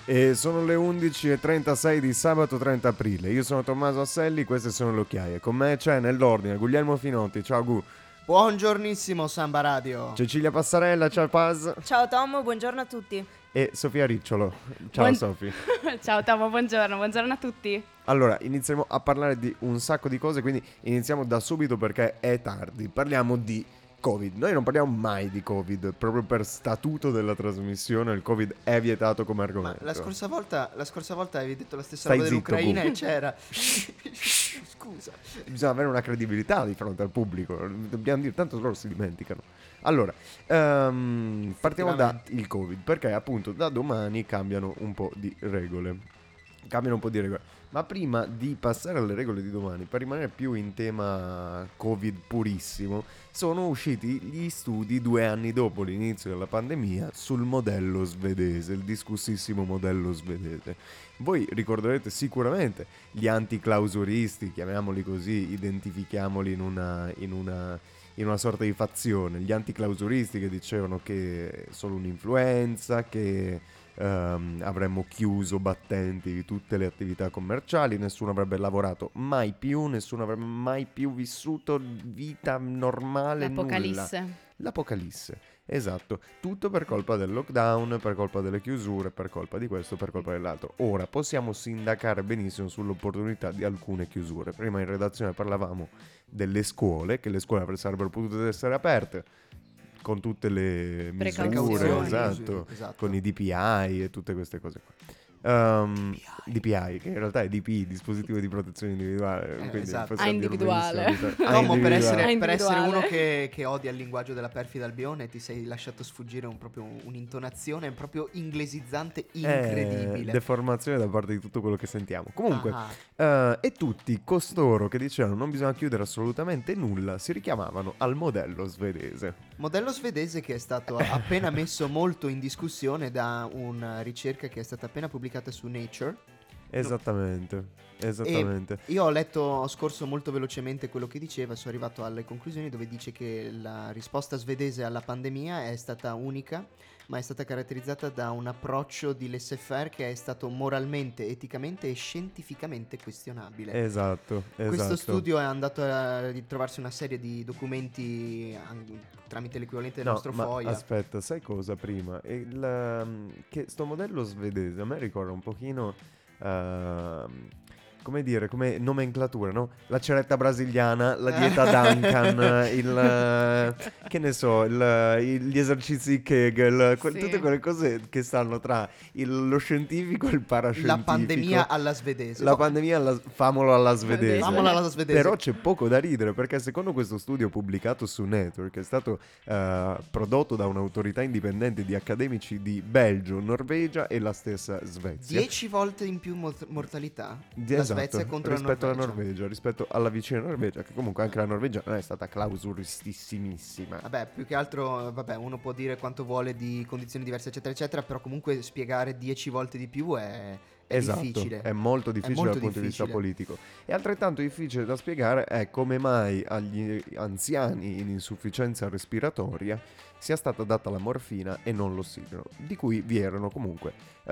E sono le 11:36 di sabato 30 aprile. Io sono Tommaso Asselli, queste sono le occhiaie. Con me c'è nell'ordine Guglielmo Finotti, ciao Gu. Buongiornissimo Samba Radio. Cecilia Passarella, ciao Paz. Ciao Tom, buongiorno a tutti. E Sofia Ricciolo, ciao Sofì. Ciao Tom, buongiorno a tutti. Allora, inizieremo a parlare di un sacco di cose, quindi iniziamo da subito perché è tardi. Parliamo di Covid. Noi non parliamo mai di Covid, proprio per statuto della trasmissione il Covid è vietato come argomento. Ma la scorsa volta avevi detto la stessa Stai roba zitto, dell'Ucraina Gu. e c'era. Scusa. Bisogna avere una credibilità di fronte al pubblico, dobbiamo dire, tanto loro si dimenticano. Allora, partiamo dal Covid, perché appunto da domani cambiano un po' di regole. Ma prima di passare alle regole di domani, per rimanere più in tema Covid purissimo, sono usciti gli studi 2 anni dopo l'inizio della pandemia sul modello svedese, il discussissimo modello svedese. Voi ricorderete sicuramente gli anticlausuristi, chiamiamoli così, identifichiamoli in una sorta di fazione, gli anticlausuristi che dicevano che è solo un'influenza, che avremmo chiuso battenti di tutte le attività commerciali, nessuno avrebbe lavorato mai più, nessuno avrebbe mai più vissuto vita normale, L'apocalisse. L'apocalisse, esatto, tutto per colpa del lockdown, per colpa delle chiusure, per colpa di questo, per colpa dell'altro. Ora possiamo sindacare benissimo sull'opportunità di alcune chiusure. Prima in redazione parlavamo delle scuole, che le scuole sarebbero potute essere aperte con tutte le misure, Precauzioni. esatto, con i DPI e tutte queste cose qua. DPI, che in realtà è DPI, dispositivo di protezione individuale, quindi esatto. possiamo A dirlo individuale. benissimo. Uomo, per essere individuale. uno che odia il linguaggio della perfida Albione, ti sei lasciato sfuggire proprio un'intonazione proprio inglesizzante incredibile. Deformazione da parte di tutto quello che sentiamo. Comunque, Ah. e tutti costoro che dicevano non bisogna chiudere assolutamente nulla si richiamavano al modello svedese. Modello svedese che è stato appena messo molto in discussione da una ricerca che è stata appena pubblicata su Nature. Esattamente. Ho scorso molto velocemente quello che diceva, sono arrivato alle conclusioni dove dice che la risposta svedese alla pandemia è stata unica, ma è stata caratterizzata da un approccio di laissez-faire che è stato moralmente, eticamente e scientificamente questionabile. Esatto. Questo studio è andato a ritrovarsi una serie di documenti tramite l'equivalente del nostro ma FOIA. aspetta, sai cosa prima? Che sto modello svedese a me ricorda un pochino, come dire, come nomenclatura, no? La ceretta brasiliana, la dieta Duncan, che ne so, gli esercizi Kegel, Sì. tutte quelle cose che stanno tra lo scientifico e il parascientifico. La pandemia alla svedese. La pandemia famolo alla svedese. Famola alla svedese. Però c'è poco da ridere perché secondo questo studio pubblicato su Network, che è stato prodotto da un'autorità indipendente di accademici di Belgio, Norvegia e la stessa Svezia. 10 volte in più mortalità. Esatto, La Svezia contro rispetto la alla Norvegia, rispetto alla vicina Norvegia, che comunque anche la Norvegia non è stata clausuristissimissima. Vabbè, più che altro, uno può dire quanto vuole di condizioni diverse, eccetera, eccetera, però comunque spiegare 10 volte di più è Esatto, difficile. è molto difficile dal punto di vista politico. E altrettanto difficile da spiegare è come mai agli anziani in insufficienza respiratoria sia stata data la morfina e non l'ossigeno, di cui vi erano comunque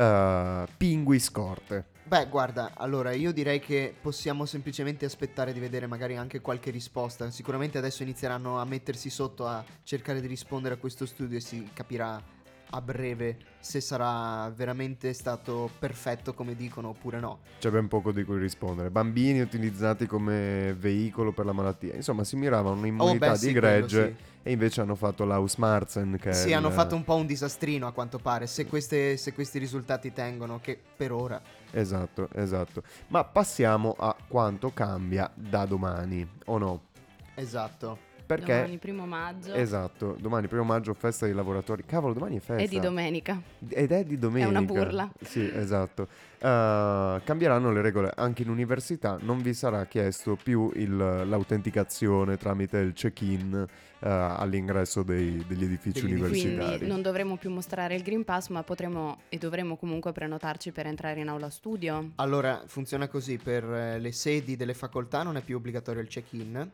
pingui scorte. Beh, guarda, allora io direi che possiamo semplicemente aspettare di vedere magari anche qualche risposta. Sicuramente adesso inizieranno a mettersi sotto a cercare di rispondere a questo studio e si capirà a breve se sarà veramente stato perfetto come dicono oppure no. C'è ben poco di cui rispondere. Bambini utilizzati come veicolo per la malattia. Insomma, si mirava a un'immunità di gregge, quello sì. e invece hanno fatto l'Ausmarzen, che Sì, è hanno fatto un po' un disastrino a quanto pare, se questi risultati tengono, che per ora. Esatto. Ma passiamo a quanto cambia da domani, o no? Esatto. Perché Domani 1 maggio. esatto, domani 1 maggio, festa dei lavoratori. Cavolo, domani è festa. È di domenica. Ed è di domenica. È una burla. Sì, esatto. Cambieranno le regole anche in università. Non vi sarà chiesto più l'autenticazione tramite il check-in all'ingresso degli edifici universitari. Quindi non dovremo più mostrare il Green Pass, ma potremo e dovremo comunque prenotarci per entrare in aula studio. Allora, funziona così: per le sedi delle facoltà non è più obbligatorio il check-in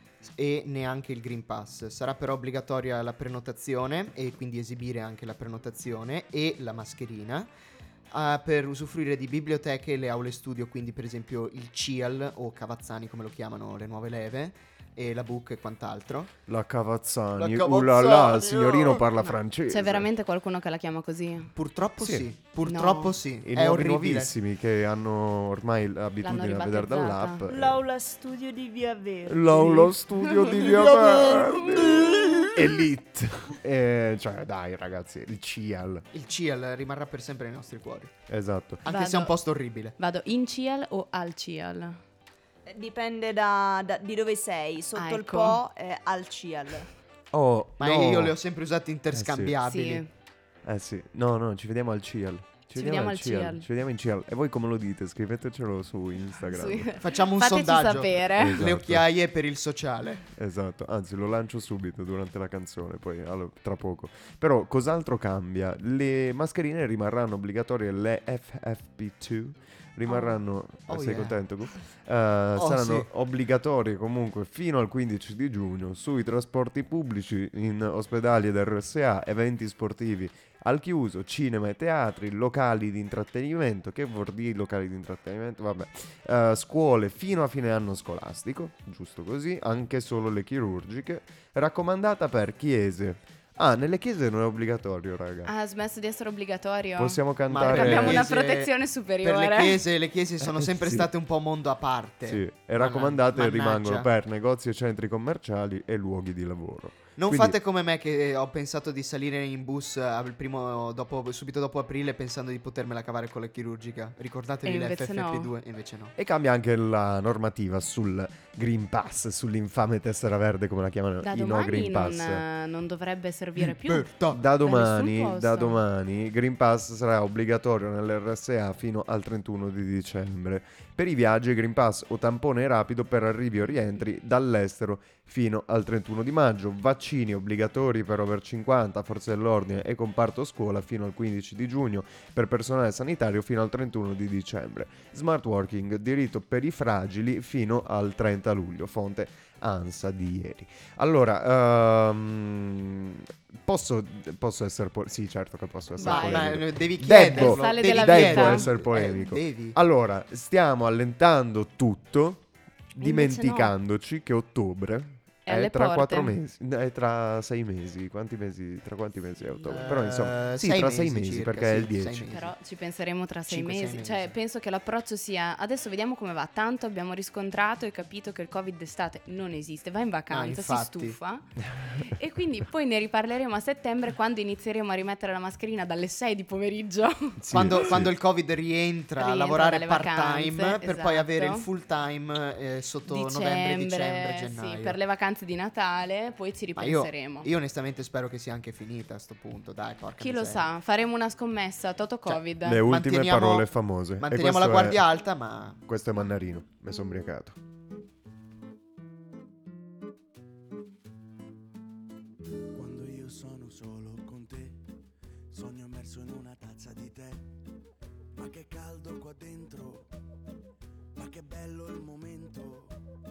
e neanche il Green Pass. Sarà però obbligatoria la prenotazione e quindi esibire anche la prenotazione e la mascherina. per usufruire di biblioteche e le aule studio, quindi per esempio il CIAL o Cavazzani come lo chiamano le nuove leve, e la BUC e quant'altro. La Cavazzani, La ulala, il Cavazzani, signorino oh. parla No. francese. C'è veramente qualcuno che la chiama così? Purtroppo Sì. sì, purtroppo No. sì, I è nuovi orribile. nuovissimi che hanno ormai l'abitudine a vedere ribattezzata. dall'app. L'aula studio di Via Verdi. L'aula studio di Via Verdi. Elite. Cioè, dai, ragazzi, il CIAL. Il CIAL rimarrà per sempre nei nostri cuori, Esatto. anche Vado- se è un posto orribile. Vado in CIAL o al CIAL? Dipende di dove sei. Sotto il ecco. Po è al CIAL. Oh, Ma no. io le ho sempre usate interscambiabili. Sì. Sì. No, ci vediamo al CIAL. Ci vediamo al CIAL. Ci vediamo in CIAL. E voi come lo dite? Scrivetecelo su Instagram. Sì. Facciamo un Fateci sondaggio. sapere. Esatto. Le occhiaie per il sociale. Esatto, anzi lo lancio subito durante la canzone, poi tra poco. Però cos'altro cambia? Le mascherine rimarranno obbligatorie, le FFP2 rimarranno, Oh, sei yeah. contento? Saranno sì. obbligatorie comunque fino al 15 di giugno sui trasporti pubblici, in ospedali ed RSA, eventi sportivi al chiuso, cinema e teatri, locali di intrattenimento, che vuol dire locali di intrattenimento? Vabbè, scuole fino a fine anno scolastico, giusto così, anche solo le chirurgiche, raccomandata per chiese. Ah, nelle chiese non è obbligatorio, raga. Ha smesso di essere obbligatorio? Possiamo Ma cantare... Perché abbiamo una chiese- protezione Per superiore. le chiese sono sempre Sì. state un po' mondo a parte. Sì, e raccomandate Mannaggia. rimangono per negozi e centri commerciali e luoghi di lavoro. Non Quindi- fate come me che ho pensato di salire in bus subito dopo aprile pensando di potermela cavare con la chirurgica. Ricordatevi E invece l'FFP2, invece no. E cambia anche la normativa sul Green Pass, sull'infame tessera verde come la chiamano Da i no domani Green Pass. non dovrebbe servire più. Libertà. Da domani, nessun posto. da domani Green Pass sarà obbligatorio nell'RSA fino al 31 di dicembre. Per i viaggi Green Pass o tampone rapido per arrivi o rientri dall'estero fino al 31 di maggio. Vaccini obbligatori per over 50, forze dell'ordine e comparto scuola fino al 15 di giugno, per personale sanitario fino al 31 di dicembre. Smart working, diritto per i fragili fino al 30 luglio. Fonte ANSA di ieri. Allora, posso essere sì, certo che posso essere Vai. polemico. Ma devi Debbo, chiederlo. Sale devi della chiederlo. vita. essere polemico. Devi. Allora, stiamo allentando tutto, E dimenticandoci che ottobre È alle tra porte. 4 mesi, è tra 6 mesi. Tra quanti mesi è ottobre? Però insomma, sì, 6 tra 6 mesi mesi circa, perché è il sì, 6 10. mesi. Però ci penseremo tra 6 5-6 mesi. mesi. Cioè, penso che l'approccio sia. Adesso vediamo come va. Tanto abbiamo riscontrato e capito che il Covid d'estate non esiste. Va in vacanza, si infatti. stufa. E quindi poi ne riparleremo a settembre, quando inizieremo a rimettere la mascherina dalle 6 di pomeriggio. Sì, Quando, sì. quando il Covid rientra a Rientra lavorare dalle part-time vacanze, per poi avere il esatto. full time sotto novembre, dicembre, sì, gennaio. per le vacanze di Natale, poi ci Ma io ripenseremo. onestamente spero che sia anche finita a sto punto, dai, porca Chi lo miseria. sa, faremo una scommessa, Toto Cioè, Covid. Le ultime Manteniamo- parole famose. E Manteniamo questo la guardia è- alta, ma Questo è Mannarino, mi sono ubriacato. Quando io sono solo con te, sogno immerso in una tazza di tè. Ma che caldo qua dentro, ma che bello il momento.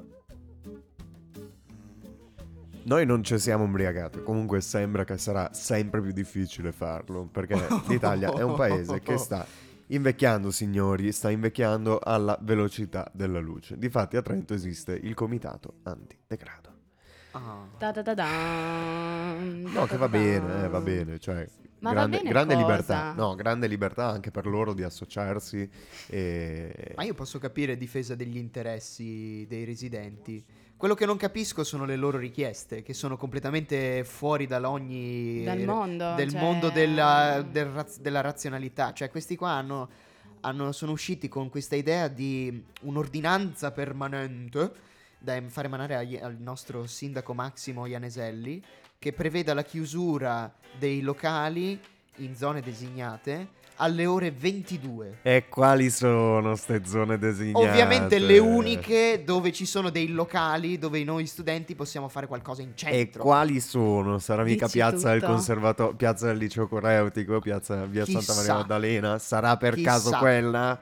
Noi non ci siamo ubriacati, comunque sembra che sarà sempre più difficile farlo, perché l'Italia è un paese che sta invecchiando, signori, sta invecchiando alla velocità della luce. Difatti a Trento esiste il comitato antidegrado. Da da da da. No, che va bene, cioè Ma va grande, bene grande cosa? libertà, no, grande libertà anche per loro di associarsi e... Ma io posso capire difesa degli interessi dei residenti. Quello che non capisco sono le loro richieste, che sono completamente fuori Dal mondo, del cioè- mondo della razionalità. Cioè, questi qua sono usciti con questa idea di un'ordinanza permanente da fare emanare al nostro sindaco Massimo Ianeselli, che preveda la chiusura dei locali in zone designate alle ore 22. E quali sono ste zone designate? Ovviamente le uniche dove ci sono dei locali dove noi studenti possiamo fare qualcosa in E centro. quali sono? Sarà mica Dici piazza del tutto. Conservatorio, piazza del Liceo Coreutico, piazza via Chissà. Santa Maria Maddalena? Sarà per Chissà. caso quella?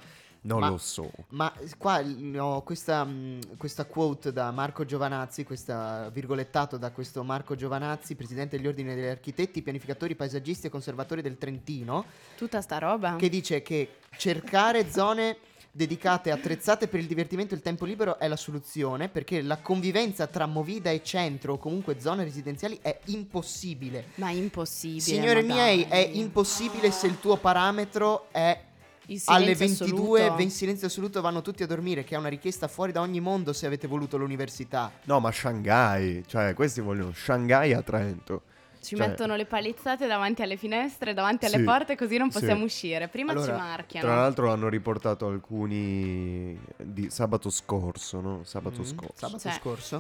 Non lo so. Ma qua ho questa quote da Marco Giovanazzi, questa virgolettato da questo Marco Giovanazzi, presidente degli ordini degli architetti, pianificatori, paesaggisti e conservatori del Trentino, Tutta sta roba. che dice che cercare zone dedicate, attrezzate per il divertimento e il tempo libero è la soluzione, perché la convivenza tra movida e centro o comunque zone residenziali è impossibile. Ma impossibile. Signori ma miei, dai. è impossibile se il tuo parametro è Il alle silenzio 22, assoluto. in silenzio assoluto, vanno tutti a dormire, che è una richiesta fuori da ogni mondo se avete voluto l'università. No, ma Shanghai, cioè questi vogliono Shanghai a Trento. Ci Cioè, mettono le palizzate davanti alle finestre, davanti alle Sì, porte, così non sì. possiamo uscire. Prima Allora, ci marchiano. Tra l'altro hanno riportato alcuni di sabato scorso, no? Sabato scorso. Sabato Cioè, scorso.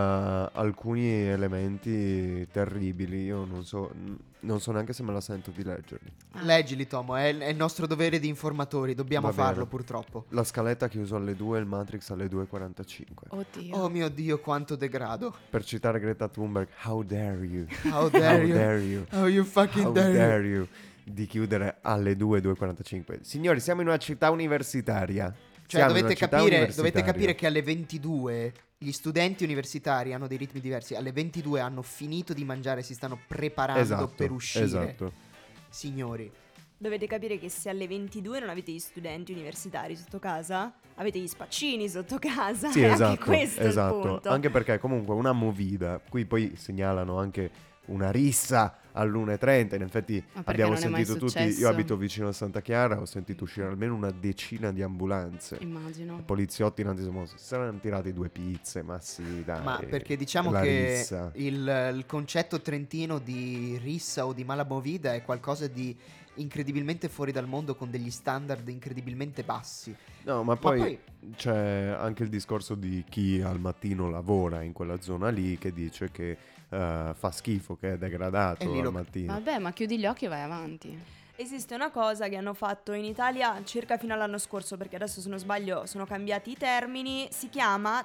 Alcuni elementi terribili. Io non so neanche se me la sento di leggerli. Leggili, Tomo, è il nostro dovere di informatori, dobbiamo Va bene. farlo purtroppo. La scaletta ha chiuso alle 2, il Matrix alle 2:45. Oddio. Oh mio Dio, quanto degrado. Per citare Greta Thunberg, how dare you? How dare How you? dare you? Oh, you fucking How dare you. dare you? Di chiudere alle 2:45. Signori, siamo in una città universitaria. Cioè, Siamo in dovete una città capire universitaria. che alle 22 gli studenti universitari hanno dei ritmi diversi. Alle 22 hanno finito di mangiare, si stanno preparando Esatto, per uscire. esatto. Signori, Dovete capire che se alle 22 non avete gli studenti universitari sotto casa, avete gli spaccini sotto casa. Sì, e esatto, anche questo è il esatto. punto. Anche perché comunque una movida, qui poi segnalano anche una rissa all'1:30, in effetti Ma perché abbiamo non è mai sentito tutti, successo? io abito vicino a Santa Chiara, ho sentito uscire almeno una decina di ambulanze. Immagino. Poliziotti in antisommosso, si saranno tirati 2 pizze, ma sì, dai. ma perché diciamo la che rissa. il concetto trentino di rissa o di mala movida è qualcosa di incredibilmente fuori dal mondo, con degli standard incredibilmente bassi. No, ma poi c'è anche il discorso di chi al mattino lavora in quella zona lì, che dice che fa schifo, che è degradato E lì al lo- mattino. Vabbè, ma chiudi gli occhi e vai avanti. Esiste una cosa che hanno fatto in Italia circa fino all'anno scorso, perché adesso se non sbaglio sono cambiati i termini, si chiama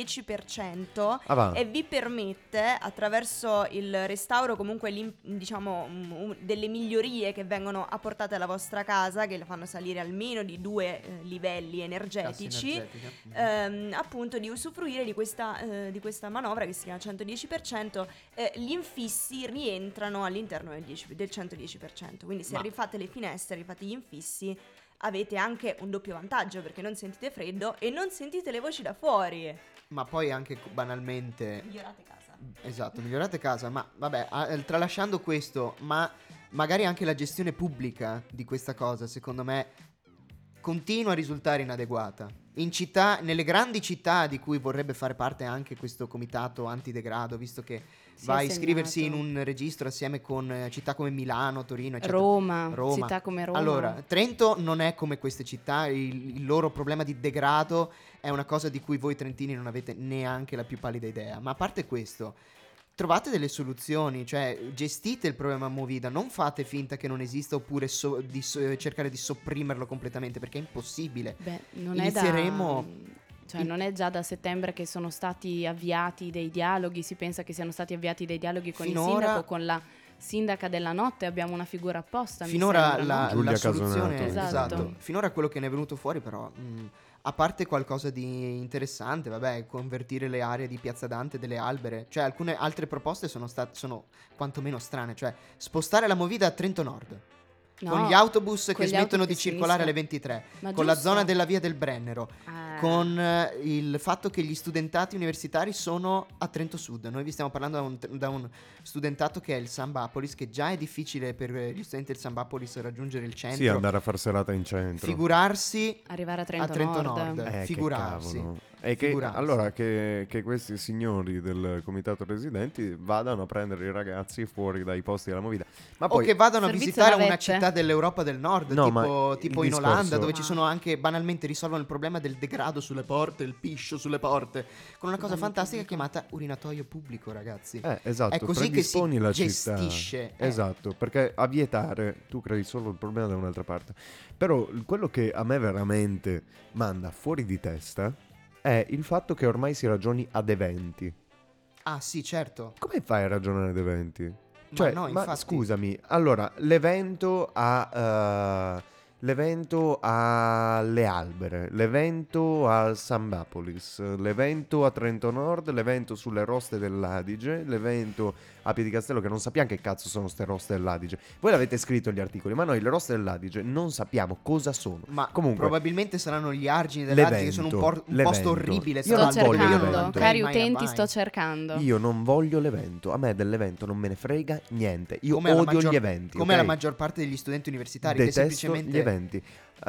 110% Ah, va. e vi permette, attraverso il restauro, comunque diciamo delle migliorie che vengono apportate alla vostra casa, che la fanno salire almeno di 2 livelli energetici, appunto di usufruire di questa manovra che si chiama 110%. Gli infissi rientrano all'interno del 110%, quindi se rifate le finestre, rifate gli infissi, avete anche un doppio vantaggio, perché non sentite freddo e non sentite le voci da fuori. Ma poi anche banalmente, Migliorate casa. esatto, migliorate casa, ma vabbè, tralasciando questo, ma magari anche la gestione pubblica di questa cosa, secondo me, continua a risultare inadeguata. In città, nelle grandi città di cui vorrebbe fare parte anche questo comitato antidegrado, visto che Si va a è iscriversi in segnato. un registro assieme con città come Milano, Torino, eccetera. Roma, città come Roma. Allora, Trento non è come queste città, il loro problema di degrado è una cosa di cui voi trentini non avete neanche la più pallida idea. Ma a parte questo, trovate delle soluzioni, cioè gestite il problema movida, non fate finta che non esista, oppure cercare di sopprimerlo completamente, perché è impossibile. Beh, non Inizieremo- è da... Cioè, non è già da settembre che sono stati avviati dei dialoghi, si pensa che siano stati avviati dei dialoghi con Finora- il sindaco, con la sindaca della notte, abbiamo una figura apposta, mi Finora sembra, no? la Giulia soluzione, Casonato. Esatto. Finora quello che ne è venuto fuori, però, a parte qualcosa di interessante, vabbè, convertire le aree di Piazza Dante delle albere, cioè alcune altre proposte sono quantomeno strane, cioè spostare la movida a Trento Nord. No, Con gli autobus con che gli smettono auto di che circolare alle sinistra. 23, Ma con la giusto. zona della via del Brennero, con il fatto che gli studentati universitari sono a Trento Sud. Noi vi stiamo parlando da un studentato che è il Sambapolis, che già è difficile per gli studenti del Sambapolis raggiungere il centro. Sì, andare a far serata in centro. Figurarsi arrivare a a Trento, Trento Nord. Nord. Che Figurarsi. cavolo. E che, Figurarsi. allora che questi signori del comitato residenti vadano a prendere i ragazzi fuori dai posti della movida. Ma O poi che vadano a Servizio visitare una navette. città dell'Europa del Nord, No, ma tipo il in Olanda, discorso- dove ci sono anche, banalmente risolvono il problema del degrado sulle porte, il piscio sulle porte, con una cosa Bagno fantastica pubblico. chiamata urinatoio pubblico, ragazzi. esatto, È così che si predisponi la gestisce. città. Esatto, perché a vietare tu crei solo il problema da un'altra parte. Però quello che a me veramente manda fuori di testa è il fatto che ormai si ragioni ad eventi. Ah, sì, certo. Come fai a ragionare ad eventi? Ma Cioè, no, ma infatti. scusami, allora l'evento ha l'evento alle Albere, l'evento a Sambapolis, l'evento a Trento Nord, l'evento sulle roste dell'Adige, l'evento a Piedicastello, che non sappiamo che cazzo sono ste roste dell'Adige. Voi l'avete scritto negli articoli, ma noi le roste dell'Adige non sappiamo cosa sono. Ma comunque probabilmente saranno gli argini dell'Adige, che sono un posto orribile. Io Sto non voglio cercando, l'evento. cari Mai, utenti, mai. sto cercando. Io non voglio l'evento, a me dell'evento non me ne frega niente. Io Come la odio maggior- gli eventi. Come ok? la maggior parte degli studenti universitari, Detesto che semplicemente gli eventi.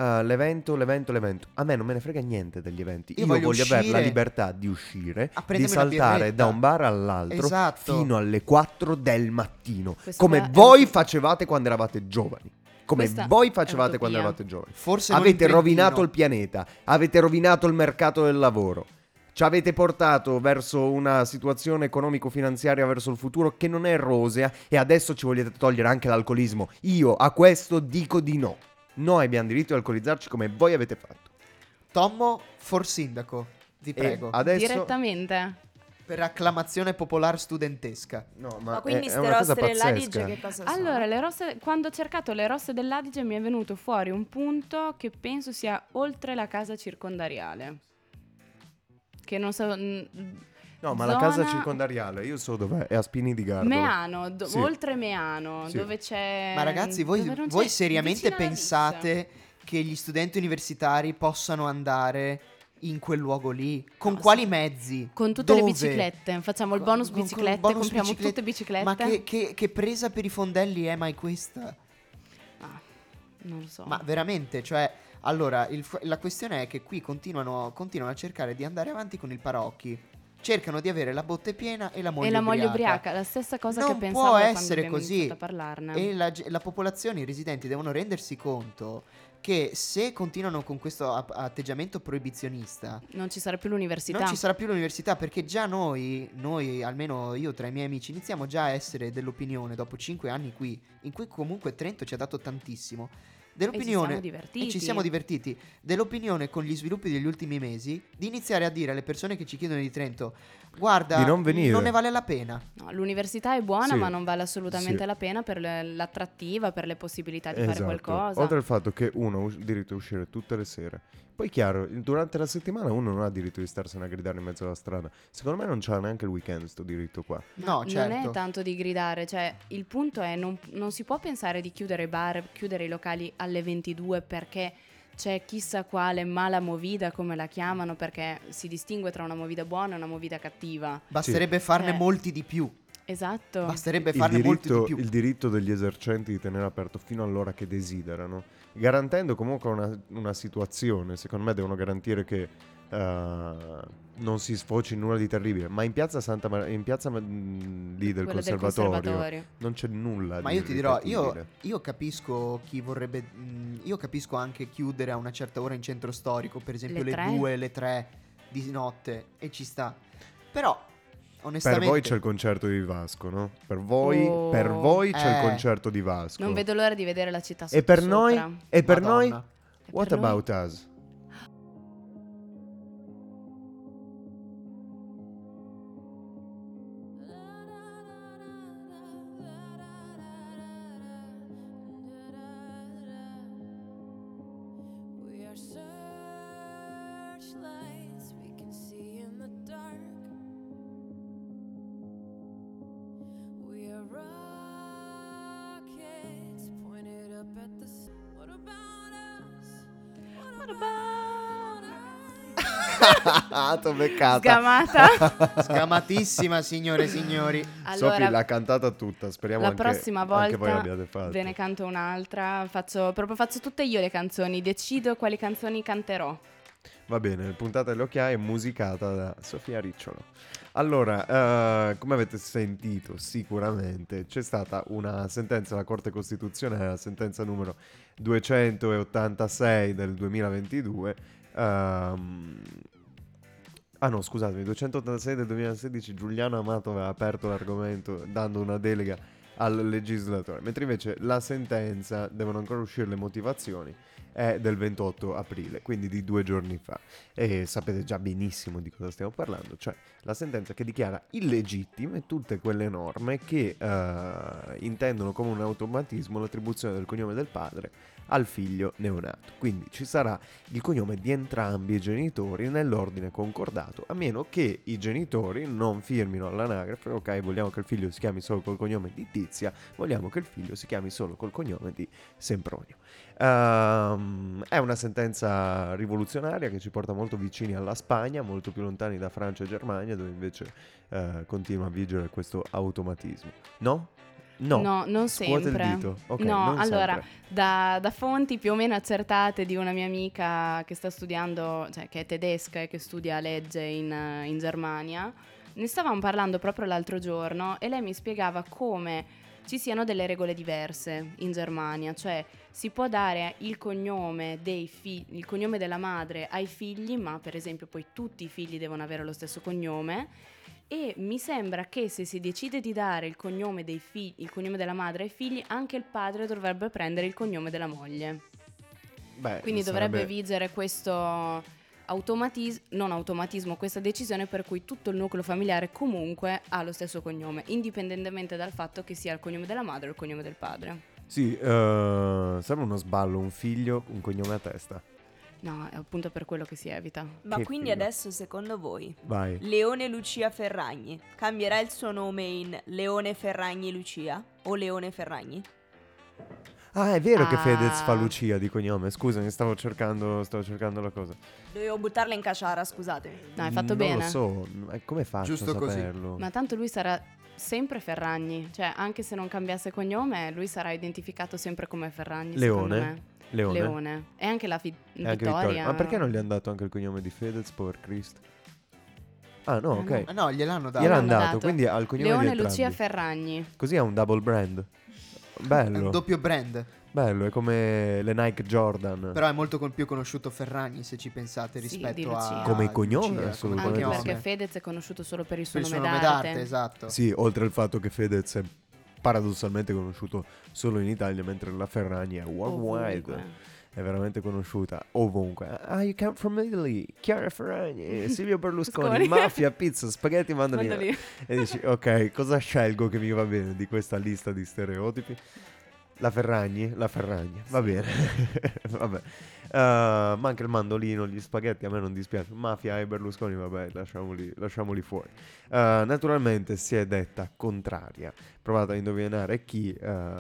L'evento. A me non me ne frega niente degli eventi. Io Io voglio voglio avere la uscire libertà di uscire, a di prendermi una saltare birretta. da un bar all'altro Esatto. fino alle 4 del mattino. Questo Come qua è voi un- facevate quando eravate giovani. Come Questa voi è facevate utopia. quando eravate giovani. forse non in Avete Trentino. rovinato il pianeta, avete rovinato il mercato del lavoro. Ci avete portato verso una situazione economico-finanziaria verso il futuro che non è rosea e adesso ci volete togliere anche l'alcolismo. Io a questo dico di no. Noi abbiamo diritto di alcolizzarci come voi avete fatto. Tommo for sindaco, vi prego, Adesso Direttamente. per acclamazione popolare studentesca. no, Ma ma quindi è ste una cosa roste dell'Adige pazzesca. che cosa sono? Allora, quando ho cercato le rosse dell'Adige mi è venuto fuori un punto che penso sia oltre la casa circondariale. Che non so... No, ma la casa zona- circondariale, io so dov'è, è a Spini di Gardolo. Meano, Sì. oltre Meano, Sì. dove c'è... Ma ragazzi, dove voi, non voi c'è- seriamente vicino alla pensate che gli studenti universitari possano andare in quel luogo lì? Con No, quali sì. mezzi? Con tutte le Dove? biciclette, facciamo il Con- bonus con il biciclette, bonus compriamo biciclette. tutte biciclette. Ma che presa per i fondelli è mai questa? Ah, non lo so. Ma veramente, cioè, allora, la questione è che qui continuano a cercare di andare avanti con il paraocchi. Cercano di avere la botte piena e la moglie E la moglie ubriaca. ubriaca, la stessa cosa Non che pensavo può quando essere abbiamo così. iniziato a parlarne. E la popolazione, i residenti devono rendersi conto che se continuano con questo atteggiamento proibizionista Non ci sarà più l'università. non ci sarà più l'università, perché già noi, almeno io tra i miei amici, iniziamo già a essere dell'opinione, dopo 5 anni qui, in cui comunque Trento ci ha dato tantissimo, dell'opinione, divertiti. e ci siamo divertiti, dell'opinione con gli sviluppi degli ultimi mesi, di iniziare a dire alle persone che ci chiedono di Trento: guarda, Di non venire. non ne vale la pena. No, l'università è buona, Sì. ma non vale assolutamente Sì. la pena per l'attrattiva, per le possibilità di Esatto. fare qualcosa. Oltre al fatto che uno ha diritto a uscire tutte le sere. Poi chiaro, durante la settimana uno non ha diritto di starsene a gridare in mezzo alla strada. Secondo me non c'ha neanche il weekend sto diritto qua. No, certo. Non è tanto di gridare, cioè il punto è non si può pensare di chiudere i bar, chiudere i locali alle 22 perché c'è chissà quale mala movida, come la chiamano, perché si distingue tra una movida buona e una movida cattiva. Basterebbe farne molti di più. Esatto. Basterebbe farne molti di più. Il diritto degli esercenti di tenere aperto fino all'ora che desiderano, garantendo comunque una situazione. Secondo me devono garantire che non si sfoci in nulla di terribile. Ma in piazza lì del Quella conservatorio non c'è nulla Ma di io ti dirò, ripetibile. io capisco chi vorrebbe. Io capisco anche chiudere a una certa ora in centro storico, per esempio Le le 3? 2, le 3 di notte, e ci sta. Però, Per onestamente, voi c'è il concerto di Vasco, no? Per voi c'è il Eh. concerto di Vasco. Non vedo l'ora di vedere la città E per sottosopra. noi? E per noi? Madonna. What per noi? about us? We are searchlights we can see in the dark. We are rockets pointed up at the sun. What about us? What about us? T'ho beccata. Sgamata. Sgamatissima, signore e signori. Sophie Allora, l'ha cantata tutta. Speriamo la anche, prossima anche voi volta l'abbiate fatta. ve ne canto un'altra. Faccio tutte io le canzoni. Decido quali canzoni canterò. Va bene, puntata delle occhiaie musicata da Sofia Ricciolo. Allora, come avete sentito sicuramente, c'è stata una sentenza della Corte Costituzionale, la sentenza numero 286 del 2022. No, scusatemi, 286 del 2016. Giuliano Amato aveva aperto l'argomento dando una delega al legislatore, mentre invece la sentenza, devono ancora uscire le motivazioni, è del 28 aprile, quindi di 2 giorni fa. E sapete già benissimo di cosa stiamo parlando, cioè la sentenza che dichiara illegittime tutte quelle norme che intendono come un automatismo l'attribuzione del cognome del padre al figlio neonato. Quindi ci sarà il cognome di entrambi i genitori nell'ordine concordato, a meno che i genitori non firmino all'anagrafe: ok, vogliamo che il figlio si chiami solo col cognome di Tizia, vogliamo che il figlio si chiami solo col cognome di Sempronio. È una sentenza rivoluzionaria che ci porta molto vicini alla Spagna, molto più lontani da Francia e Germania, dove invece continua a vigere questo automatismo. No? No, non scuote il sempre. dito. Ok, no, non allora, sempre. da fonti più o meno accertate di una mia amica che sta studiando, cioè che è tedesca e che studia legge in Germania, ne stavamo parlando proprio l'altro giorno e lei mi spiegava come ci siano delle regole diverse in Germania, cioè si può dare il cognome il cognome della madre ai figli, ma per esempio poi tutti i figli devono avere lo stesso cognome. E mi sembra che se si decide di dare il cognome il cognome della madre ai figli, anche il padre dovrebbe prendere il cognome della moglie. Beh, Quindi dovrebbe vigere questo questa decisione per cui tutto il nucleo familiare comunque ha lo stesso cognome, indipendentemente dal fatto che sia il cognome della madre o il cognome del padre. Sì, sembra uno sballo, un figlio, un cognome a testa. No, è appunto per quello che si evita. Ma Che quindi figo. adesso, secondo voi, Vai. Leone Lucia Ferragni cambierà il suo nome in Leone Ferragni Lucia o Leone Ferragni? Ah, è vero che Ah. Fedez fa Lucia di cognome. Scusami, stavo cercando la cosa. Dovevo buttarla in caciara, scusatemi. No, hai fatto non bene. Non lo so, ma come faccio Giusto a così. saperlo? Ma tanto lui sarà sempre Ferragni, cioè anche se non cambiasse cognome, lui sarà identificato sempre come Ferragni. Leone? Secondo me. Leone. E anche la E anche Vittoria. Ma perché non gli hanno dato anche il cognome di Fedez, pover Cristo? Ah, no, ok. No, gliel'hanno dato. Gliel'hanno L'hanno dato, dato. quindi ha il cognome Leone di entrambi. Lucia Ferragni. Così ha un double brand. È un Bello. doppio brand. Bello, è come le Nike Jordan. Però è molto più conosciuto Ferragni, se ci pensate, Sì, rispetto di Lucia. a Come cognome, Lucia, assolutamente. come Anche cognome. perché Fedez è conosciuto solo per il suo Per il nome suo nome d'arte. d'arte, esatto. Sì, oltre al fatto che Fedez è paradossalmente conosciuto solo in Italia, mentre la Ferragni è worldwide. Ovunque. È veramente conosciuta ovunque. Ah, you come from Italy, Chiara Ferragni, Silvio Berlusconi, Berlusconi. mafia, pizza, spaghetti, mandolino. Mandolino. E dici, ok, cosa scelgo che mi va bene di questa lista di stereotipi? La Ferragni? La Ferragni, va bene. Vabbè. Ma anche il mandolino, gli spaghetti a me non dispiace. Mafia e Berlusconi, vabbè, lasciamoli fuori. Naturalmente si è detta contraria. Provate a indovinare chi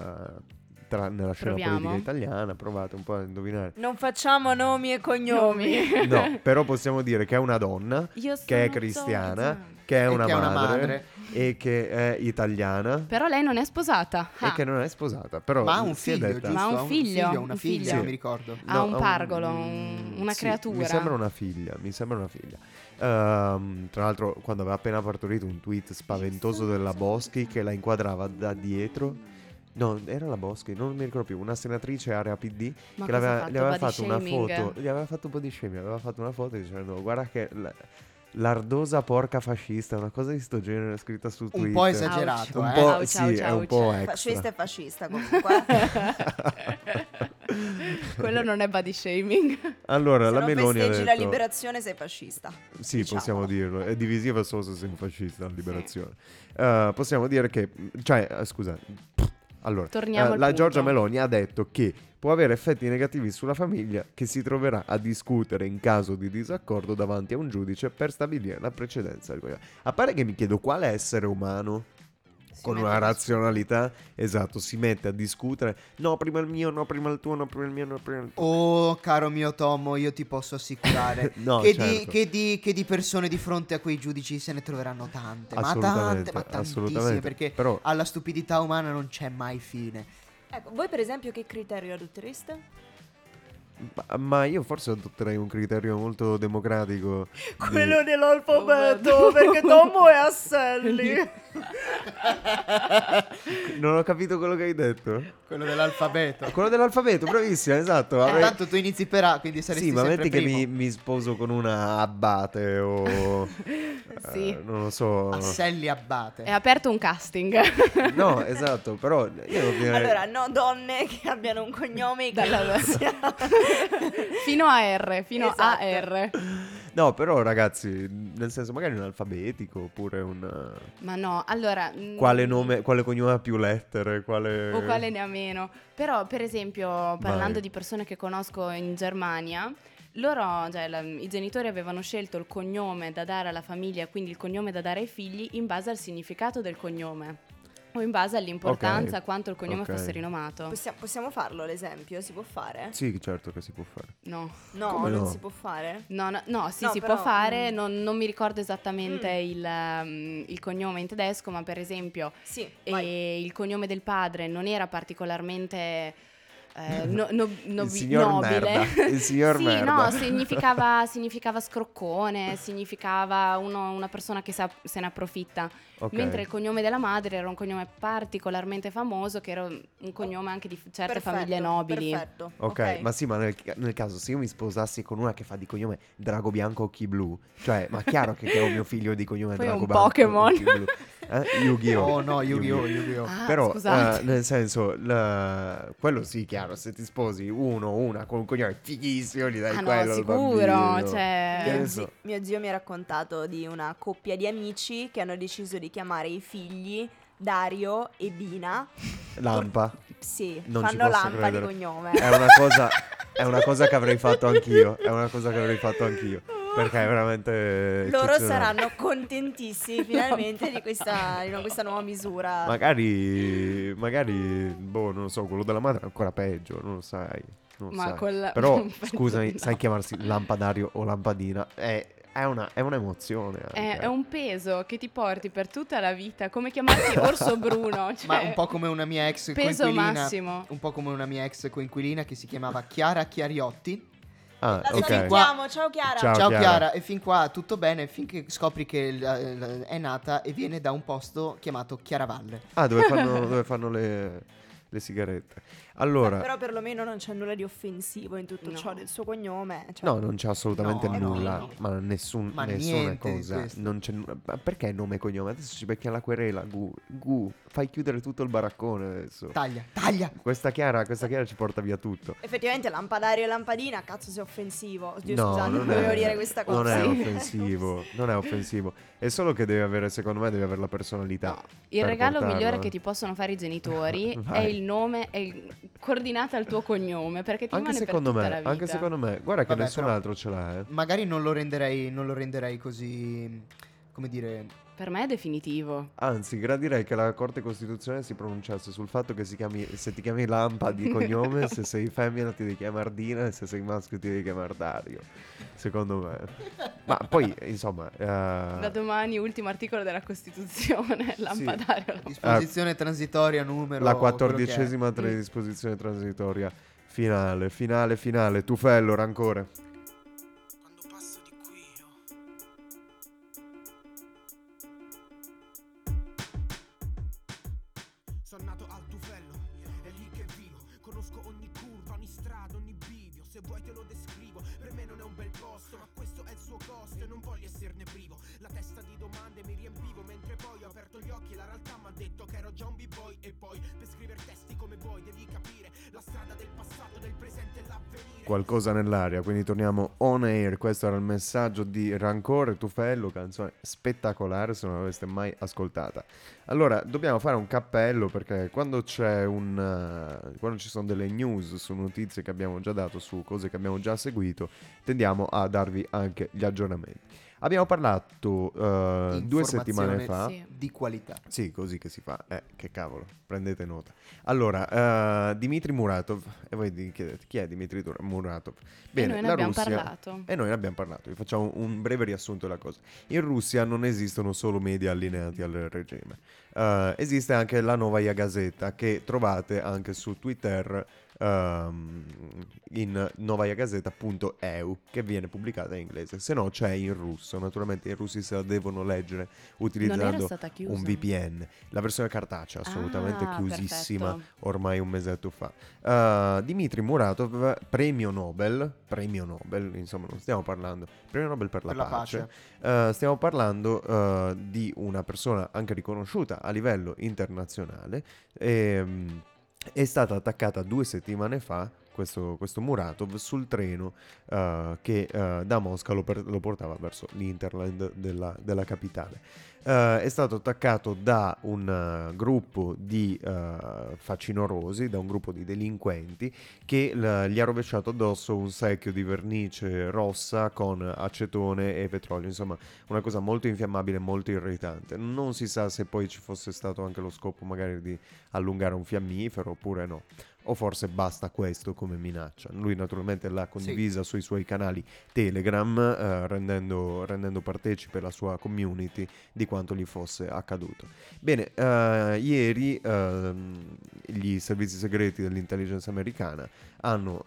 nella scena Proviamo. politica italiana. Provate un po' a indovinare. Non facciamo nomi e cognomi. No, però possiamo dire che è una donna, Io che è sono cristiana, Zoltan. che è E una che è una madre, madre. e che è italiana. Però lei non è sposata. E che non è sposata, però Ma ha un si è figlio, detta- giusto? Ma ha un Ha figlio, una un figlia, figlio. non mi ricordo. Ha No, un pargolo, una sì, creatura. Mi sembra una figlia. Tra l'altro, quando aveva appena partorito, un tweet spaventoso della Boschi che la inquadrava da dietro. No, era la Boschi, non mi ricordo più. Una senatrice area PD Ma che cosa ha gli aveva Body fatto una shaming? foto. Gli aveva fatto un po' di shaming. Aveva fatto una foto dicendo: guarda che l'ardosa porca fascista, una cosa di sto genere scritta su Twitter. Un po' esagerato, Un eh. po', Ouch, sì, ouch, è un ouch. po' extra. Fascista e fascista comunque. Quello non è body shaming. Allora, Se la non Meloni ha festeggi la detto... liberazione sei fascista. Sì, Diciamo. possiamo dirlo. È divisiva solo se sei un fascista la liberazione. Possiamo dire che... Cioè, scusa. Allora, Torniamo al la punto. Giorgia Meloni ha detto che può avere effetti negativi sulla famiglia che si troverà a discutere in caso di disaccordo davanti a un giudice per stabilire la precedenza del cognome. A parte che mi chiedo quale essere umano con mette una a razionalità, esatto, si mette a discutere. No, prima il mio, no, prima il tuo, no, prima il mio, no, prima il tuo. Oh, caro mio Tommo, io ti posso assicurare No, che, certo. che di persone di fronte a quei giudici se ne troveranno tante. Ma Assolutamente, tante, ma tantissime. assolutamente. Perché Però- alla stupidità umana non c'è mai fine. Ecco, voi per esempio che criterio adottereste? Ma io forse adotterei un criterio molto democratico. Quello dell'alfabeto, perché Tommo è Asselli. Non ho capito quello che hai detto. Quello dell'alfabeto. Quello dell'alfabeto, bravissima, esatto. Avrei- Tanto tu inizi per A, quindi saresti Sì, ma sempre metti che primo. mi sposo con una Abate o... Sì. non lo so. Asselli Abbate. È aperto un casting. No, esatto, però io direi... Allora, no donne che abbiano un cognome che Dalla- inizia Fino a R, fino a Esatto. R. No, però ragazzi, nel senso magari un alfabetico oppure un... Ma no, allora... Quale nome, quale cognome ha più lettere, quale... O quale ne ha meno. Però, per esempio, parlando Vai. di persone che conosco in Germania, loro, cioè, i genitori avevano scelto il cognome da dare alla famiglia, quindi il cognome da dare ai figli, in base al significato del cognome. O in base all'importanza, Ok, quanto il cognome ok. fosse rinomato. Possiamo farlo l'esempio? Si può fare? Sì, certo che si può fare. No. No, Come non no? si può fare? No, sì, No, si però, può fare, non mi ricordo esattamente Mm. il cognome in tedesco, ma per esempio Sì, vai. il cognome del padre non era particolarmente Il signor nobile. merda, il signor sì, merda. no, significava scroccone, significava una persona che se ne approfitta. Ok. Mentre il cognome della madre era un cognome particolarmente famoso, che era un cognome anche di certe Perfetto, famiglie nobili. Perfetto. Ok, ma sì, ma nel caso se io mi sposassi con una che fa di cognome Drago Bianco Occhi Blu, cioè, ma chiaro che chiamo mio figlio di cognome Poi è Drago un Bianco Pokémon. Occhi Blu. Yu-Gi-Oh! Oh no, Yu-Gi-Oh! Ah, Però, scusate. nel senso, quello sì, chiaro, se ti sposi una con un cognome fighissimo, gli dai Ah no, quello al sicuro, bambino. cioè- Che ne Mio, so. mio zio mi ha raccontato di una coppia di amici che hanno deciso di chiamare i figli Dario e Bina. Lampa. Sì, Non ci fanno posso lampa credere. di cognome. È una cosa che avrei fatto anch'io. È una cosa che avrei fatto anch'io. Perché è veramente Loro eccezionale. saranno contentissimi finalmente di questa nuova misura. Magari, boh, non lo so, quello della madre è ancora peggio, non lo sai. Non lo Ma sai. col- Però, un pezzo scusami, di sai chiamarsi lampadario o lampadina? È un'emozione anche. È un peso che ti porti per tutta la vita, come chiamarti Orso Bruno. Cioè, Ma un po' come una mia ex peso coinquilina. massimo. Un po' come una mia ex coinquilina che si chiamava Chiara Chiariotti. Ah, La ok. salutiamo, ciao Chiara. Ciao. Ciao Chiara. Chiara, e fin qua tutto bene finché scopri che è nata e viene da un posto chiamato Chiaravalle. Ah, dove fanno le sigarette. Allora, Però perlomeno non c'è nulla di offensivo in tutto No. ciò del suo cognome. Cioè, no, non c'è assolutamente No, nulla, no. ma Ma nessuna niente di cosa. questo. Non c'è ma perché nome e cognome? Adesso ci becchi alla querela, Gu, fai chiudere tutto il baraccone adesso. Taglia. Questa Chiara ci porta via tutto. effettivamente lampadario e lampadina, cazzo sia offensivo. Oddio, No, scusate, non dovevo è, dire questa cosa. non è Sì. offensivo, non è offensivo. È solo che deve avere, secondo me, deve avere la personalità. No, il per regalo portarlo. migliore che ti possono fare i genitori è Vai. il nome, coordinata al tuo cognome, perché ti Anche rimane secondo per tutta me, la vita. anche secondo me. Guarda che Vabbè, nessun però- altro ce l'ha, Magari non lo renderei così, come dire, Per me è definitivo. Anzi, gradirei che la Corte Costituzionale si pronunciasse sul fatto che se ti chiami Lampa di cognome, se sei femmina ti devi chiamare Dina e se sei maschio ti devi chiamare Dario. Secondo me. Ma poi, insomma... Da domani, ultimo articolo della Costituzione, lampadario. disposizione transitoria numero la quello che è. 14ª disposizione transitoria. Finale. Tufello, rancore. Quando passo di qui io sono nato al Tufello, è lì che vivo. Conosco ogni curva, ogni strada, ogni bivio. Se vuoi te lo descrivo, per me non è un bel posto, ma questo è il suo costo e non voglio esserne privo. La testa di domande mi riempivo, mentre poi ho aperto gli occhi e la realtà mi ha detto che ero già un b-boy. E poi, per scrivere testi come voi, devi capire la strada del passato, del presente e l'avvenire. Qualcosa nell'aria, quindi torniamo on air. Questo era il messaggio di Rancore, Tufello, canzone spettacolare se non l'aveste mai ascoltata. Allora, dobbiamo fare un cappello perché quando quando ci sono delle news su notizie che abbiamo già dato, su cose che abbiamo già seguito, tendiamo a darvi anche gli aggiornamenti. Abbiamo parlato 2 settimane fa. Sì. Di qualità. Sì, così che si fa. Che cavolo, prendete nota. Allora, Dmitry Muratov. E voi chiedete, chi è Dmitry Muratov? Bene, noi ne la abbiamo Russia, parlato. E noi ne abbiamo parlato. Vi facciamo un breve riassunto della cosa. In Russia non esistono solo media allineati al regime. Esiste anche la Novaya Gazeta, che trovate anche su Twitter in novayagazeta.eu, che viene pubblicata in inglese. Se no c'è in russo. Naturalmente i russi se la devono leggere Non era utilizzando stata chiusa. un VPN. La versione cartacea assolutamente Ah, chiusissima perfetto. ormai un mesetto fa. Dmitry Muratov, premio Nobel, insomma non stiamo parlando, premio Nobel per la pace. Stiamo parlando di una persona anche riconosciuta a livello internazionale. È stata attaccata 2 settimane fa, questo Muratov sul treno che da Mosca lo portava verso l'Interland della capitale. È stato attaccato da un gruppo di facinorosi, da un gruppo di delinquenti che gli ha rovesciato addosso un secchio di vernice rossa con acetone e petrolio, insomma una cosa molto infiammabile, molto irritante. Non si sa se poi ci fosse stato anche lo scopo magari di allungare un fiammifero oppure no, o forse basta questo come minaccia. Lui naturalmente l'ha condivisa sui suoi canali Telegram, rendendo partecipe la sua community di quanto gli fosse accaduto. Bene, ieri gli servizi segreti dell'intelligence americana hanno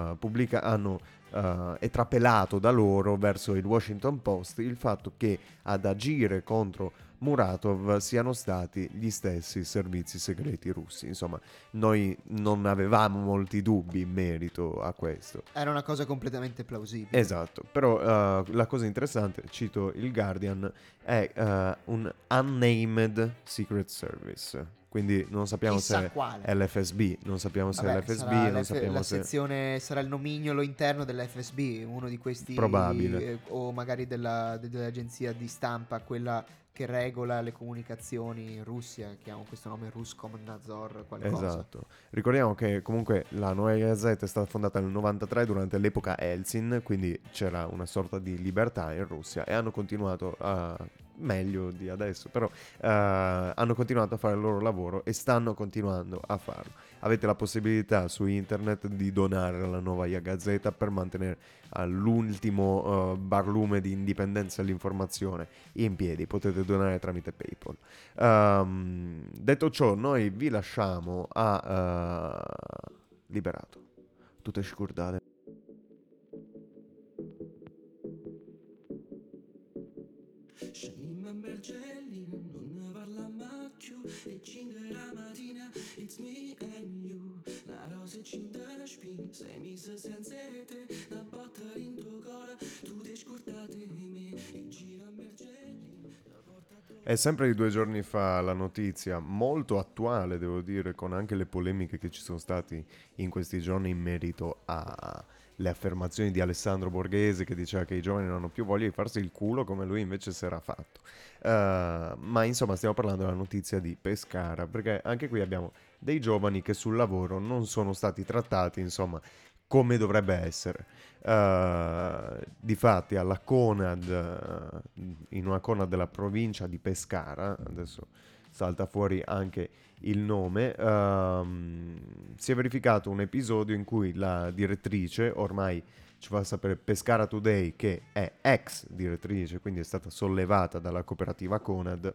trapelato da loro verso il Washington Post il fatto che ad agire contro Muratov siano stati gli stessi servizi segreti russi. Insomma, noi non avevamo molti dubbi in merito a questo. Era una cosa completamente plausibile. Esatto, però la cosa interessante, cito il Guardian, è un unnamed secret service. Quindi non sappiamo Chissà se quale. è l'FSB, non sappiamo se Vabbè, è l'FSB, sarà non sappiamo la se... sezione sarà il nomignolo interno dell'FSB, uno di questi, Probabile. o magari dell'agenzia di stampa, quella che regola le comunicazioni in Russia, che ha questo nome Ruskomnadzor qualcosa. Esatto. Ricordiamo che comunque la Novaya Gazeta è stata fondata nel 93 durante l'epoca Eltsin, quindi c'era una sorta di libertà in Russia e hanno continuato meglio di adesso, però hanno continuato a fare il loro lavoro e stanno continuando a farlo. Avete la possibilità su internet di donare alla Novaya Gazeta per mantenere l'ultimo barlume di indipendenza dell'informazione in piedi. Potete donare tramite PayPal. Detto ciò, noi vi lasciamo a Liberato. Tutte scordate. Scendiamo in Bergelli, non ne parliamo più. E 5 la mattina, it's me and you. La rosa cinta spin, 6 mesi senza te. La botta in tuo cuore, tu ti scordate di me. E gira in Bergelli, la porta dove... È sempre di 2 giorni fa la notizia, molto attuale devo dire, con anche le polemiche che ci sono stati in questi giorni in merito alle affermazioni di Alessandro Borghese, che diceva che i giovani non hanno più voglia di farsi il culo come lui invece si era fatto. Ma insomma stiamo parlando della notizia di Pescara, perché anche qui abbiamo dei giovani che sul lavoro non sono stati trattati, insomma, come dovrebbe essere. Difatti alla Conad, in una Conad della provincia di Pescara, adesso salta fuori anche il nome, si è verificato un episodio in cui la direttrice, ormai ci fa sapere Pescara Today che è ex direttrice, quindi è stata sollevata dalla cooperativa Conad,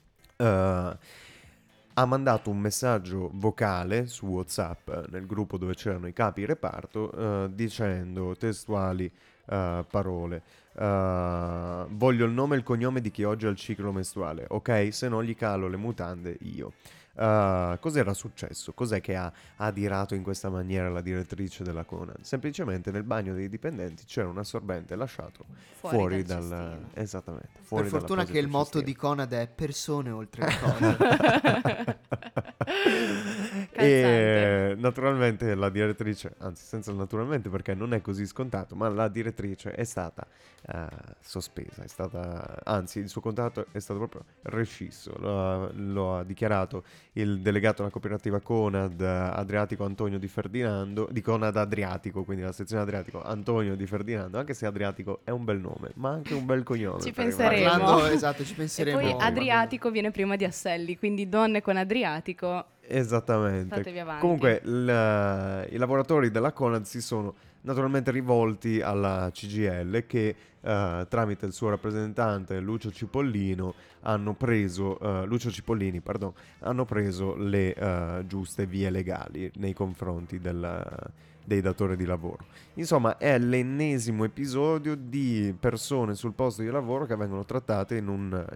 ha mandato un messaggio vocale su WhatsApp nel gruppo dove c'erano i capi reparto, dicendo testuali parole: voglio il nome e il cognome di chi oggi ha il ciclo mestruale, ok? Se no gli calo le mutande io. Cos'era successo? Cos'è che ha adirato in questa maniera la direttrice della Conad? Semplicemente nel bagno dei dipendenti c'era un assorbente lasciato fuori dal dal... cestino. Esattamente. Per Fuori fortuna che il motto di Conad è persone oltre le cose. E naturalmente la direttrice, anzi senza il naturalmente perché non è così scontato, ma la direttrice è stata sospesa, è stata, anzi il suo contratto è stato proprio rescisso, lo ha dichiarato il delegato alla cooperativa Conad Adriatico Antonio Di Ferdinando, di Conad Adriatico, quindi la sezione Adriatico Antonio Di Ferdinando, anche se Adriatico è un bel nome, ma anche un bel cognome. Ci per penseremo. Parlando, esatto, ci E penseremo. poi Adriatico viene prima di Asselli, quindi donne con Adriatico. Esattamente. Statevi avanti. Comunque i lavoratori della Conad si sono naturalmente rivolti alla CGIL che tramite il suo rappresentante Lucio Cipollini hanno preso le giuste vie legali nei confronti dei datori di lavoro. Insomma, è l'ennesimo episodio di persone sul posto di lavoro che vengono trattate in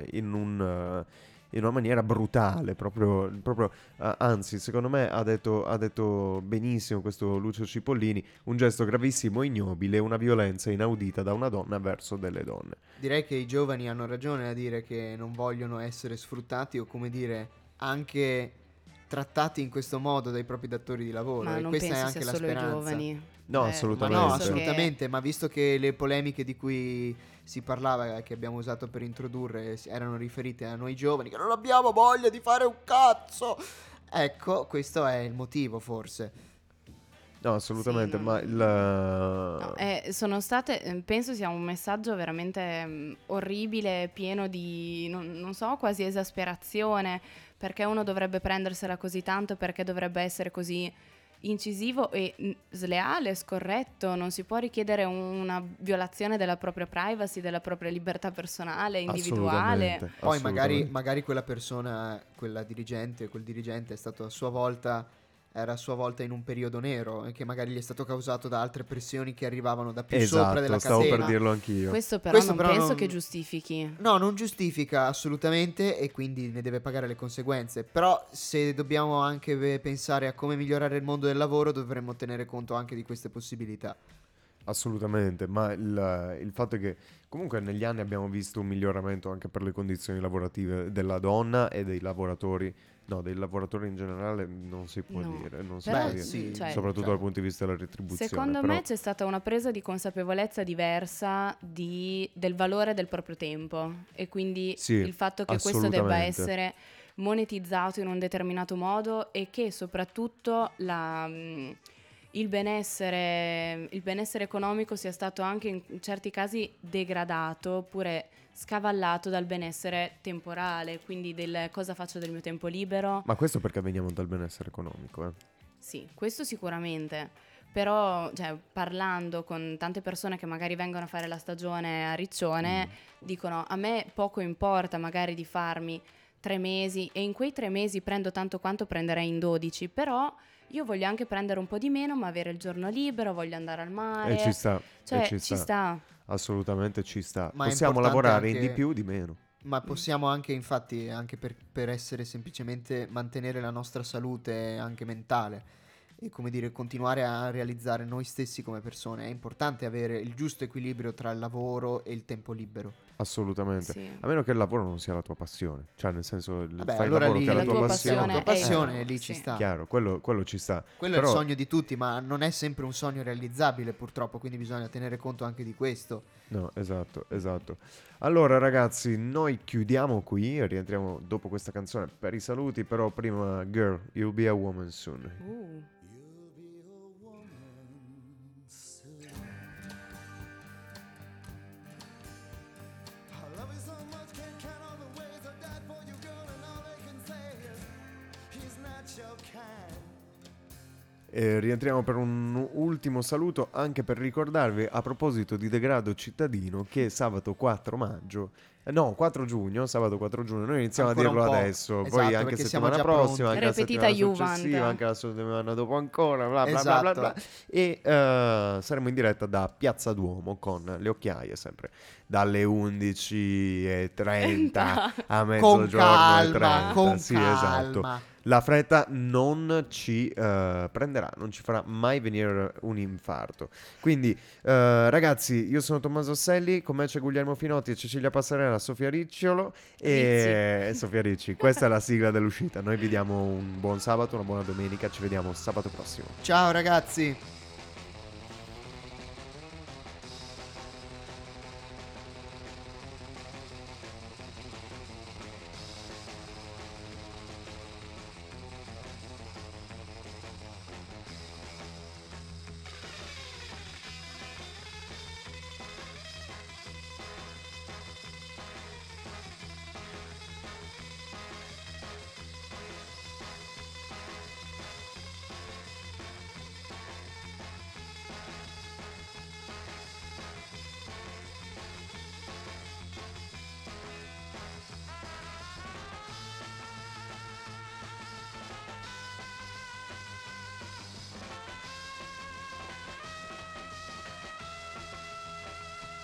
una maniera brutale, proprio anzi, secondo me ha detto benissimo questo Lucio Cipollini, un gesto gravissimo e ignobile, una violenza inaudita da una donna verso delle donne. Direi che i giovani hanno ragione a dire che non vogliono essere sfruttati, o come dire, anche trattati in questo modo dai propri datori di lavoro. Ma E non questa è penso anche sia la solo i speranza. giovani. No, Ma assolutamente. no, penso che- assolutamente, ma visto che le polemiche di cui si parlava, che abbiamo usato per introdurre, erano riferite a noi giovani, che non abbiamo voglia di fare un cazzo. Ecco, questo è il motivo, forse. No, assolutamente, Sì, ma No, sono state, penso sia un messaggio veramente orribile, pieno di, non so, quasi esasperazione, perché uno dovrebbe prendersela così tanto, perché dovrebbe essere così incisivo e sleale, scorretto, non si può richiedere una violazione della propria privacy, della propria libertà personale, individuale. assolutamente, Poi assolutamente. magari quella persona, quel dirigente è stato era a sua volta in un periodo nero e che magari gli è stato causato da altre pressioni che arrivavano da più sopra della Esatto, stavo catena. per dirlo anch'io. Questo però Questo non però penso non- che giustifichi. No, non giustifica assolutamente e quindi ne deve pagare le conseguenze. Però se dobbiamo anche pensare a come migliorare il mondo del lavoro, dovremmo tenere conto anche di queste possibilità. Assolutamente, ma il fatto è che comunque negli anni abbiamo visto un miglioramento anche per le condizioni lavorative della donna e dei lavoratori. No, dei lavoratori in generale non si può No. dire, non si Però, può dire. sì, cioè, Soprattutto dal punto di vista della retribuzione. secondo però- me c'è stata una presa di consapevolezza diversa del valore del proprio tempo e quindi Sì, il fatto che questo debba assolutamente. essere monetizzato in un determinato modo e che soprattutto il benessere economico sia stato anche in certi casi degradato oppure scavallato dal benessere temporale, quindi del cosa faccio del mio tempo libero. Ma questo perché veniamo dal benessere economico, Sì, questo sicuramente, però cioè, parlando con tante persone che magari vengono a fare la stagione a Riccione, dicono a me poco importa magari di farmi 3 mesi e in quei 3 mesi prendo tanto quanto prenderei in 12, però io voglio anche prendere un po' di meno ma avere il giorno libero, voglio andare al mare, E ci sta, cioè e ci sta. Assolutamente ci sta. Ma è Possiamo importante lavorare in anche- di più, di meno. Ma possiamo anche, infatti, anche per essere semplicemente mantenere la nostra salute anche mentale e come dire, continuare a realizzare noi stessi come persone. È importante avere il giusto equilibrio tra il lavoro e il tempo libero. Assolutamente. Sì. A meno che il lavoro non sia la tua passione. Cioè, nel senso, Vabbè, fai il allora lavoro lì che è la la tua tua passione. passione la tua passione è- lì ci sì. sta. Chiaro, quello ci sta. Quello Però- è il sogno di tutti, ma non è sempre un sogno realizzabile, purtroppo, quindi bisogna tenere conto anche di questo. No, esatto, esatto. Allora ragazzi, noi chiudiamo qui, rientriamo dopo questa canzone per i saluti, però prima Girl, You'll Be a Woman Soon. I love you so much, can't count all the ways I died for you, girl, and all they can say is he's not your kind. E rientriamo per un ultimo saluto anche per ricordarvi a proposito di degrado cittadino che sabato 4 maggio, no 4 giugno, sabato 4 giugno, noi iniziamo Ancora a dirlo un po'. adesso, Esatto, poi anche perché siamo settimana già prossima, pronti. anche la Repetita settimana Juvent. successiva, anche la settimana dopo ancora, bla bla bla bla Esatto. bla. E saremo in diretta da Piazza Duomo con le occhiaie sempre dalle 11:30 a Con mezzogiorno e calma, 30. con Sì, calma. esatto. La fretta non ci prenderà, non ci farà mai venire un infarto. Quindi, ragazzi, io sono Tommaso Selli, con me c'è Guglielmo Finotti e Cecilia Passarella, Sofia Ricciolo e Sofia Ricci. Questa è la sigla dell'uscita. Noi vi diamo un buon sabato, una buona domenica. Ci vediamo sabato prossimo. Ciao ragazzi.